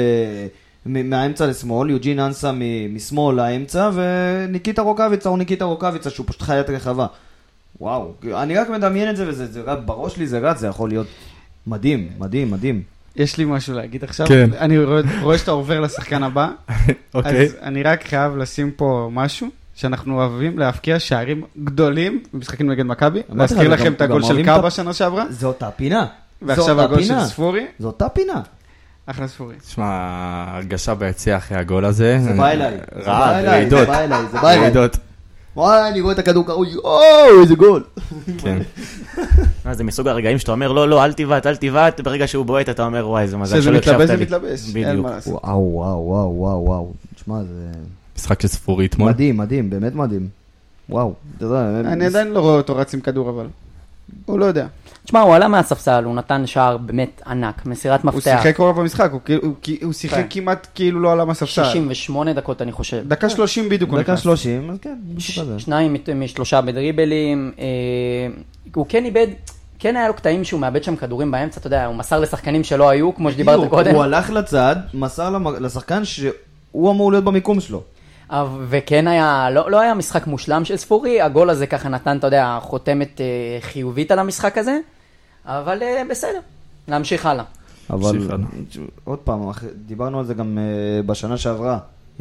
מהאמצע לשמאל, יוג'ין אנסה משמאל לאמצע, וניקיטה רוקאביצה או ניקיטה רוקאביצה שהוא פשוט חיית רחבה. וואו, אני רק מדמיין את זה, וזה בראש לי זה רץ, זה יכול להיות מדהים, מדהים, מדהים. יש לי משהו להגיד עכשיו. כן. אני רואה שאתה עובר לשחקן הבא. אוקיי. אז אני רק חייב לשים פה משהו, שאנחנו אוהבים להפקיע שערים גדולים במשחקים נגד מכבי. להזכיר לכם את הגול של קאבה שנה שעברה. זו אותה פינה. ועכשיו הגול של ספורי. זו אותה פינה. אחלה ספורי. תשמע, הרגשה ביציע אחרי הגול הזה. זה בא אליי. רעד, רעידות. זה בא אליי, זה בא אליי. רעידות. וואי, אני רואה את הכדור קרוי, איזה גול. כן. זה מסוג הרגעים שאתה אומר, לא, אל תיבט, ברגע שהוא בועט אתה אומר, וואי, זה מזל שזה שלא הקשבת לי. מתלבש, זה מתלבש. אין בדיוק. מה לעשות. וואו. תשמע, זה משחק של ספורי אתמול. מדהים, באמת מדהים. וואו, אתה יודע. אני עדיין לא רואה אותו רץ עם כדור, אבל הוא לא יודע. תשמע, הוא עלה מהספסל, הוא נתן שער באמת ענק, מסירת הוא מפתח. שיחק רוב במשחק, הוא שיחק כמעט כאילו לא עלה מהספסל. 68 דקות אני חושב. דקה 30 בדיוק הוא דקה נכנס. 30, אז כן, משהו כזה. 2 מ3 בדריבלים, הוא כן איבד, כן היה לו קטעים שהוא מאבד שם כדורים באמצע, אתה יודע, הוא מסר לשחקנים שלא היו, כמו שדיברת קודם. הוא הלך לצד, מסר לשחקן שהוא אמור להיות במיקום שלו. וכן היה, לא היה משחק מושלם של ספורי, הגול הזה ככה נתן, אתה יודע, חותמת חיובית על המשחק הזה, אבל בסדר, להמשיך הלאה. אבל עוד פעם, דיברנו על זה גם בשנה שעברה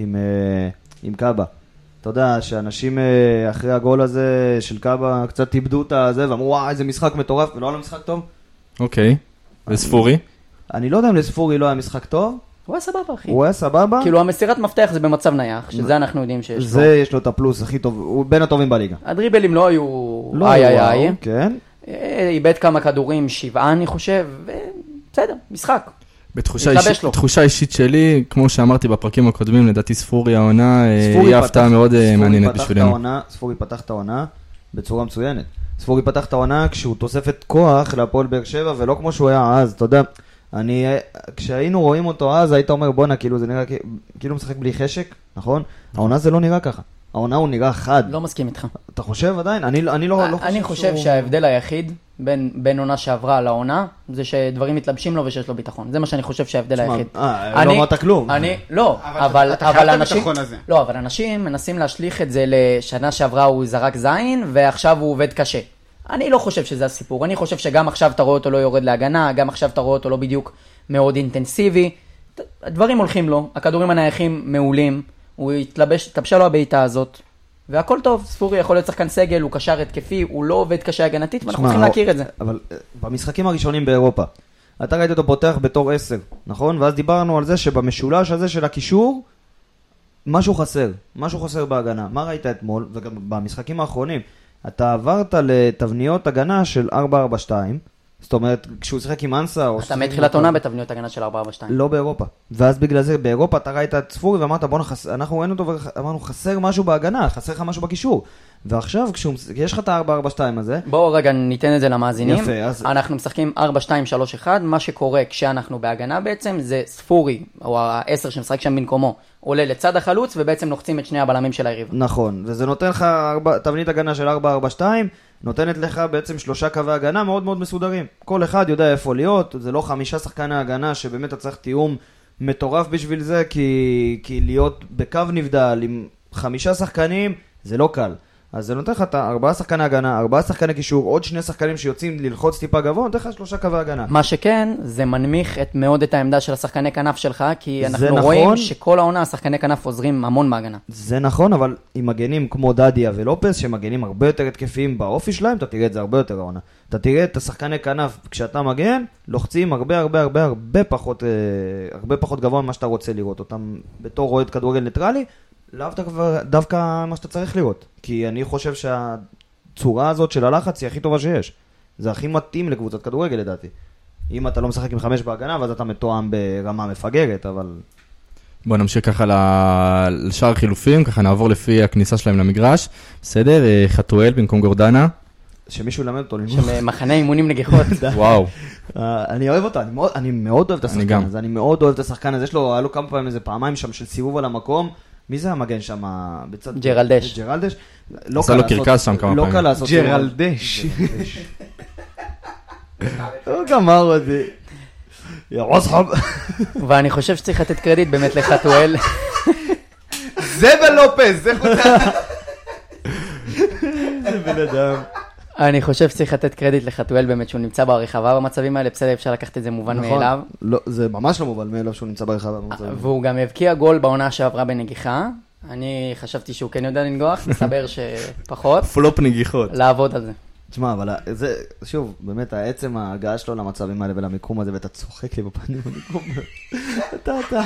עם קאבה. אתה יודע שאנשים אחרי הגול הזה של קאבה קצת איבדו את זה ואמרו וואי איזה משחק מטורף ולא היה לו משחק טוב. אוקיי, וספורי? אני לא יודע אם לספורי לא היה משחק טוב. הוא היה סבבה אחי. הוא היה סבבה. כאילו המסירת מפתח זה במצב נייח, שזה אנחנו יודעים שיש לו. זה יש לו את הפלוס הכי טוב, הוא בין הטובים בליגה. הדריבלים לא היו איי. כן. איבד כמה כדורים, 7 אני חושב, ובסדר, משחק. בתחושה אישית שלי, כמו שאמרתי בפרקים הקודמים, לדעתי ספורי העונה, היא הפתעה מאוד מעניינת בשבילנו. ספורי פתח את העונה בצורה מצוינת. ספורי פתח את העונה כשהוא תוספת כוח להפועל באר שבע, ולא כמו שהוא היה אז, אתה יודע. כשהיינו רואים אותו אז, היית אומר בונה, כאילו זה נראה כאילו משחק בלי חשק, נכון? העונה זה לא נראה ככה. העונה הוא נראה חד. לא מסכים איתך. אתה חושב עדיין? אני לא חושב אני חושב שההבדל היחיד בין עונה שעברה לעונה, זה שדברים מתלבשים לו ושיש לו ביטחון. זה מה שאני חושב שההבדל היחיד. לא אמרת כלום. לא, אבל אנשים מנסים להשליך את זה לשנה שעברה הוא זרק זין, ועכשיו הוא עובד קשה. אני לא חושב שזה הסיפור. אני חושב שגם עכשיו אתה רואה אותו לא יורד להגנה, גם עכשיו אתה רואה אותו לא בדיוק מאוד אינטנסיבי. הדברים הולכים לו, הכדורים הנייחים מעולים. הוא התלבשה לו הבעיטה הזאת, והכל טוב, ספורי יכול להיות שחקן סגל, הוא קשר התקפי, הוא לא עובד קשה הגנתית, ואנחנו צריכים להכיר את זה. אבל במשחקים הראשונים באירופה, אתה ראית אותו פותח בתור 10, נכון? ואז דיברנו על זה שבמשולש הזה של הקישור, משהו חסר בהגנה. מה ראית אתמול, וגם במשחקים האחרונים, אתה עברת לתבניות הגנה של 4-4-2, זאת אומרת, כשהוא שיחק עם אנסה... אתה מתחילת עונה בתבניות הגנה של 4-4-2. לא באירופה. ואז בגלל זה, באירופה אתה ראית את ספורי ואמרת, אנחנו ראינו אותו ואמרנו, חסר משהו בהגנה, חסר לך משהו בקישור. ועכשיו, כשיש לך את ה-4-4-2 הזה... בואו רגע ניתן את זה למאזינים. יפה, אז... אנחנו משחקים 4-2-3-1, מה שקורה כשאנחנו בהגנה בעצם, זה ספורי, או ה-10 שמשחק שם במקומו, עולה לצד החלוץ, ובעצם לוחצים את שני הבלמים של היריב. נכון, וזה נותן לך תבנית הגנה של 4-4-2, נותנת לך בעצם 3 קווי הגנה מאוד מאוד מסודרים. כל אחד יודע איפה להיות, זה לא 5 שחקני הגנה שבאמת אתה צריך תיאום מטורף בשביל זה, כי להיות בקו נבדל עם 5 שחקנים זה לא קל. אז זה נותן לך את 4 שחקני הגנה, 4 שחקני קישור, עוד 2 שחקנים שיוצאים ללחוץ טיפה גבוה, נותן לך 3 קווי הגנה. מה שכן, זה מנמיך מאוד את העמדה של השחקני כנף שלך, כי אנחנו נכון. רואים שכל העונה השחקני כנף עוזרים המון בהגנה. זה נכון, אבל עם מגנים כמו דדיה ולופס, שמגנים הרבה יותר התקפיים באופי שלהם, אתה תראה את זה הרבה יותר העונה. אתה תראה את השחקני כנף, כשאתה מגן, לוחצים הרבה פחות גבוה ממה שאתה רוצה לראות אותם בתור אוהד כדורגל ניטרלי, לאו דווקא מה שאתה צריך לראות. כי אני חושב שהצורה הזאת של הלחץ היא הכי טובה שיש. זה הכי מתאים לקבוצת כדורגל לדעתי. אם אתה לא משחק עם 5 בהגנה, ואז אתה מתואם ברמה מפגרת, אבל... בוא נמשיך ככה לשאר חילופים, ככה נעבור לפי הכניסה שלהם למגרש. בסדר, חתואל במקום גורדנה. שמישהו ילמד אותו לנגוח. שמחנה אימונים נגיחות. וואו. אני אוהב אותו, אני מאוד אוהב את השחקן גם. הזה, אני מאוד אוהב את השחקן הזה, היה לו כמה פעמים איזה פעמיים שם של סיבוב על המקום, מי זה המגן שם בצד? ג'רלדש. ג'רלדש? עשה לו קרקס שם כמה לא פעמים. קל לעשות. ג'רלדש. הוא גמר אותי. יא רוסחב. ואני חושב שצריך לתת קרדיט באמת לחתואל. זה ולופס, זה חוצה. זה בן אדם. אני חושב שצריך לתת קרדיט לחתואל באמת שהוא נמצא ברחבה במצבים האלה, בסדר, אפשר לקחת את זה מובן מאליו. לא, זה ממש לא מובן מאליו שהוא נמצא ברחבה. והוא גם הבקיע גול בעונה שעברה בנגיחה. אני חשבתי שהוא כן יודע לנגוח, מסתבר שפחות. פלופ נגיחות. לעבוד על זה. תשמע, אבל זה, שוב, באמת, העצם ההגעה שלו למצבים האלה ולמיקום הזה, ואתה צוחק לי בפנים, אתה.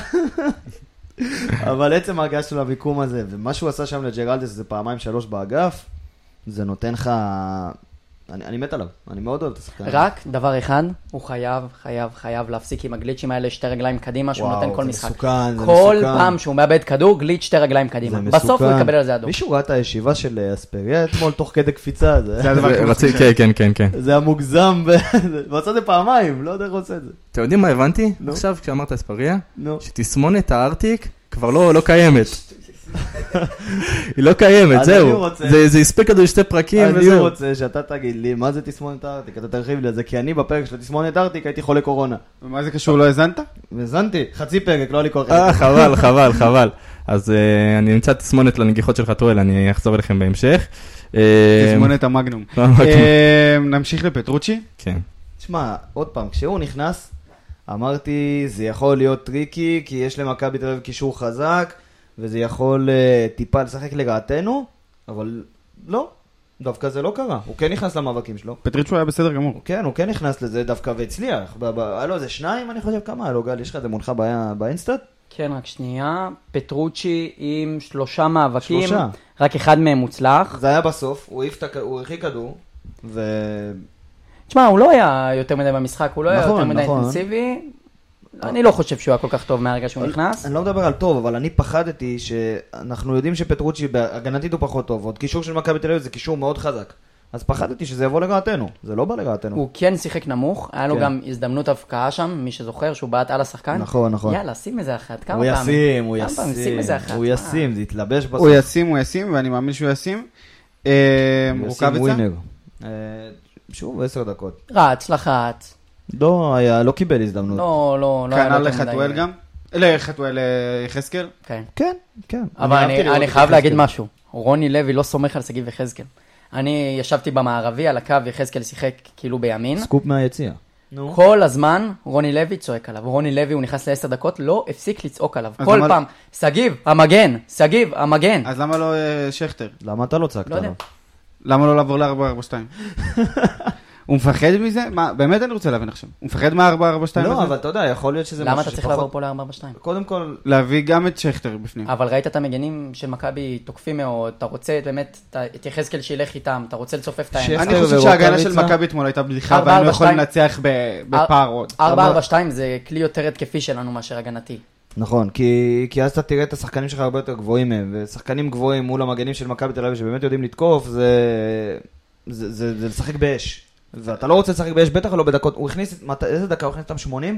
אבל עצם ההגעה שלו למיקום הזה, ומה שהוא עשה שם לג'רלדס, זה 2-3 באגף, זה נותן לך... אני מת עליו, אני מאוד אוהב את השחקן. רק דבר אחד, הוא חייב להפסיק עם הגליצ'ים האלה 2 רגליים קדימה, שהוא נותן כל משחק. מסוכן, זה כל מסוכן. פעם שהוא מאבד כדור, גליץ' 2 רגליים קדימה. בסוף הוא יקבל על זה אדום. מישהו ראה את הישיבה של אספריה אתמול תוך כדי קפיצה? כן. זה המוגזם, ועשה את זה פעמיים, לא יודע איך עושה את זה. אתם יודעים מה הבנתי? עכשיו כשאמרת אספריה, נו. שתסמונת הארטיק כבר לא קיימת. היא לא קיימת, זהו. זה הספיק כדור 2 פרקים אני וזהו. רוצה שאתה תגיד לי, מה זה תסמונת הארטיק? אתה תרחיב לי על זה, כי אני בפרק של תסמונת הארטיק הייתי חולה קורונה. ומה זה קשור, לא הזנת? הזנתי, חצי פרק, לא היה לי כוח. חבל. אז אני נמצא תסמונת לנגיחות של חתואל, אני אחזור אליכם בהמשך. תסמונת המגנום. נמשיך לפטרוצ'י? כן. תשמע, עוד פעם, כשהוא נכנס, אמרתי, זה יכול להיות טריקי, כי יש למכבי תל אביב קישור חזק, וזה יכול טיפה לשחק לרעתנו, אבל לא, דווקא זה לא קרה. הוא כן נכנס למאבקים שלו. פטרוצ'י היה בסדר גמור. הוא כן נכנס לזה דווקא והצליח. היה לו איזה 2, אני חושב, כמה היה לו, גל? יש לך את זה מונחה באינסטאט? כן, רק שנייה. פטרוצ'י עם 3 מאבקים. 3. רק אחד מהם מוצלח. זה היה בסוף, הוא הרחיק כדור, תשמע, הוא לא היה יותר מדי במשחק, הוא לא היה יותר מדי נכון. אינטנסיבי. אני לא חושב שהוא היה כל כך טוב מהרגע שהוא נכנס. אני לא מדבר על טוב, אבל אני פחדתי שאנחנו יודעים שפטרוצ'י בהגנתית הוא פחות טוב, עוד קישור של מכבי תל אביב זה קישור מאוד חזק. אז פחדתי שזה יבוא לרעתנו, זה לא בא לרעתנו. הוא כן שיחק נמוך, היה לו גם הזדמנות הבקעה שם, מי שזוכר שהוא בעט על השחקן. נכון. יאללה, שים איזה אחת, כמה הוא פעמים. הוא ישים, זה יתלבש בסוף. הוא ישים, ואני מאמין שהוא ישים. רוקאביצה? שוב 10 דקות. רץ, לחץ. לא קיבל הזדמנות. לא היה כנ"ל לו יותר מדי. לחתואל גם? לחתואל יחזקאל? כן. כן. אבל אני חייב להגיד משהו. רוני לוי לא סומך על שגיב יחזקאל. אני ישבתי במערבי על הקו, יחזקאל שיחק כאילו בימין. סקופ מהיציע. כל הזמן רוני לוי צועק עליו. רוני לוי הוא נכנס ל10 דקות, לא הפסיק לצעוק עליו. כל פעם, סגיב, המגן. אז למה לא שכטר? למה אתה לא צעקת לא יודע. עליו? למה לא לעבור ל-442? הוא מפחד מזה? מה, באמת אני רוצה להבין עכשיו. הוא מפחד מה-442 הזה? לא, אבל אתה יודע, יכול להיות שזה למה אתה צריך לעבור פה ל-442? קודם כל... להביא גם את שכטר בפנים. אבל ראית את המגנים של מכבי תוקפים מאוד, אתה רוצה באמת את יחזקאל שילך איתם, אתה רוצה לצופף את העין. אני חושב שההגנה של מכבי אתמול הייתה בדיחה, והיינו יכולים לנצח בפער עוד. 4-4-2 זה כלי יותר התקפי שלנו מאשר הגנתי. נכון, כי אז אתה תראה את השחקנים שלך הרבה יותר גבוהים מהם, ושחקנים גבוהים מול המגנים של מכבי תל אביב שבאמת יודעים לתקוף, זה לשחק באש. ואתה לא רוצה לשחק באש, בטח לא בדקות. הוא הכניס, איזה דקה? הוא הכניס אותם 80?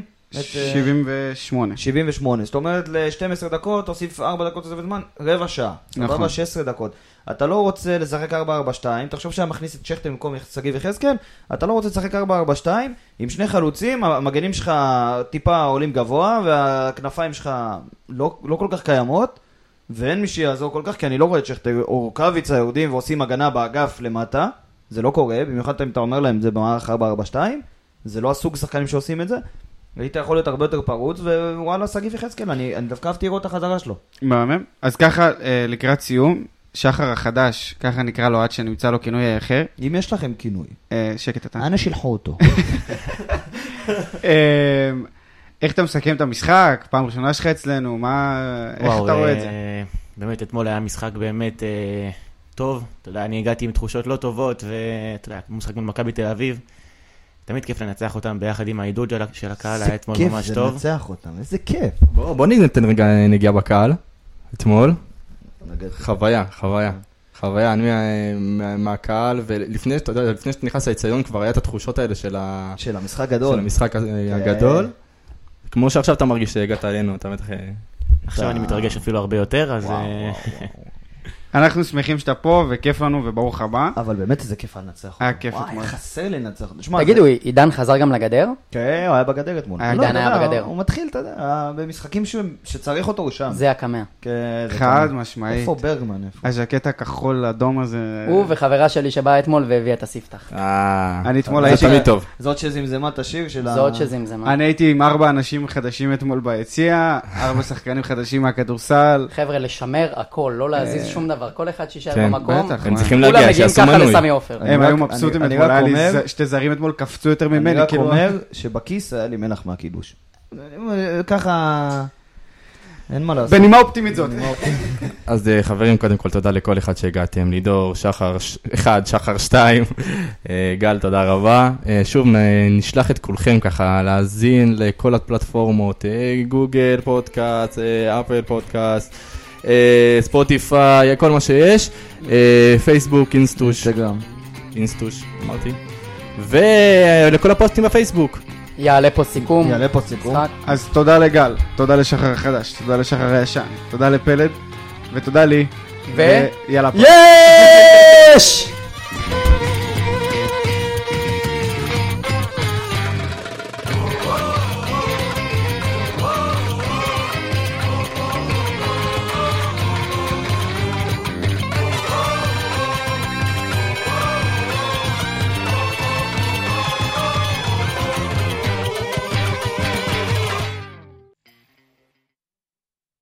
78. 78. זאת אומרת, ל-12 דקות, תוסיף 4 דקות תוספת זמן, רבע שעה. נכון. 16 דקות. אתה לא רוצה לשחק 4-4-2, תחשוב שהיה מכניס את שכטר במקום שגיב יחזקאל, אתה לא רוצה לשחק 4-4-2, עם 2 חלוצים, המגנים שלך טיפה עולים גבוה, והכנפיים שלך לא כל כך קיימות, ואין מי שיעזור כל כך, כי אני לא רואה את שכטר או רוקאביצה יורדים ועושים הגנה באגף למטה, זה לא קורה, במיוחד אם אתה אומר להם, זה במערך 4-4-2, זה לא הסוג שחקנים שעושים את זה, היית יכול להיות הרבה יותר פרוץ, ווואלה, שגיב יחזקאל, אני דווקא אהבתי לראות את החזרה שלו. מהמם. אז ככה, לקראת סיום, שחר החדש, ככה נקרא לו עד שנמצא לו כינוי אחר. אם יש לכם כינוי. שקט אתה. אנא שילחו אותו. איך אתה מסכם את המשחק? פעם ראשונה שלך אצלנו, איך אתה רואה את זה? באמת, אתמול היה משחק באמת טוב. אתה יודע, אני הגעתי עם תחושות לא טובות, ואתה יודע, משחק מול מכבי תל אביב. תמיד כיף לנצח אותם ביחד עם העידוד של הקהל, היה אתמול ממש טוב. כיף זה לנצח אותם, איזה כיף. בוא ניתן רגע נגיעה בקהל, אתמול. חוויה, אני מהקהל, ולפני שאתה נכנס לאצטדיון כבר היה את התחושות האלה של המשחק גדול. של המשחק הגדול. כמו שעכשיו אתה מרגיש שהגעת אלינו, אתה בטח... עכשיו אני מתרגש אפילו הרבה יותר, אז... אנחנו שמחים שאתה פה, וכיף לנו, וברוך הבא. אבל באמת איזה כיף לנצח. היה כיף אתמול. וואי, חסר לנצח. תגידו, עידן חזר גם לגדר? כן, הוא היה בגדר אתמול. עידן היה בגדר. הוא מתחיל, אתה יודע, במשחקים שצריך אותו הוא שם. זה הקמע. חד משמעית. איפה ברגמן? הז'קט הכחול אדום הזה. הוא וחברה שלי שבאה אתמול והביאה את הספתח. אני אתמול זה הייתי... תמיד טוב. זאת שזמזמה את השיר של זאת שזמזמה. אני הייתי עם 4 אנשים חדשים אתמול ביציע, 4 שחקנים חדשים מהכדורסל. חבר'ה, לשמר הכל, לא להזיז שום דבר. כל אחד שישאר במקום. הם צריכים להגיע, שיעשו כולם מגיעים מנוי. ככה לסמי עופר. הם היו מבסוטים אתמול, היה לי שתי זרים אתמול קפצו יותר ממני. אני רק אומר שבכיס היה לי מלח מהקידוש. ככה... אין מה לעשות. בנימה אופטימית זאת. אז חברים, קודם כל תודה לכל אחד שהגעתם, לידור, שחר 1, שחר 2, גל, תודה רבה. שוב, נשלח את כולכם ככה להאזין לכל הפלטפורמות, גוגל פודקאסט, אפל פודקאסט, ספוטיפיי, כל מה שיש, פייסבוק, אינסטוש, אמרתי, ולכל הפוסטים בפייסבוק. יעלה פה סיכום. אז תודה לגל, תודה לשחר החדש, תודה לשחר הישן, תודה לפלד, ותודה לי, ויאללה פה. יש!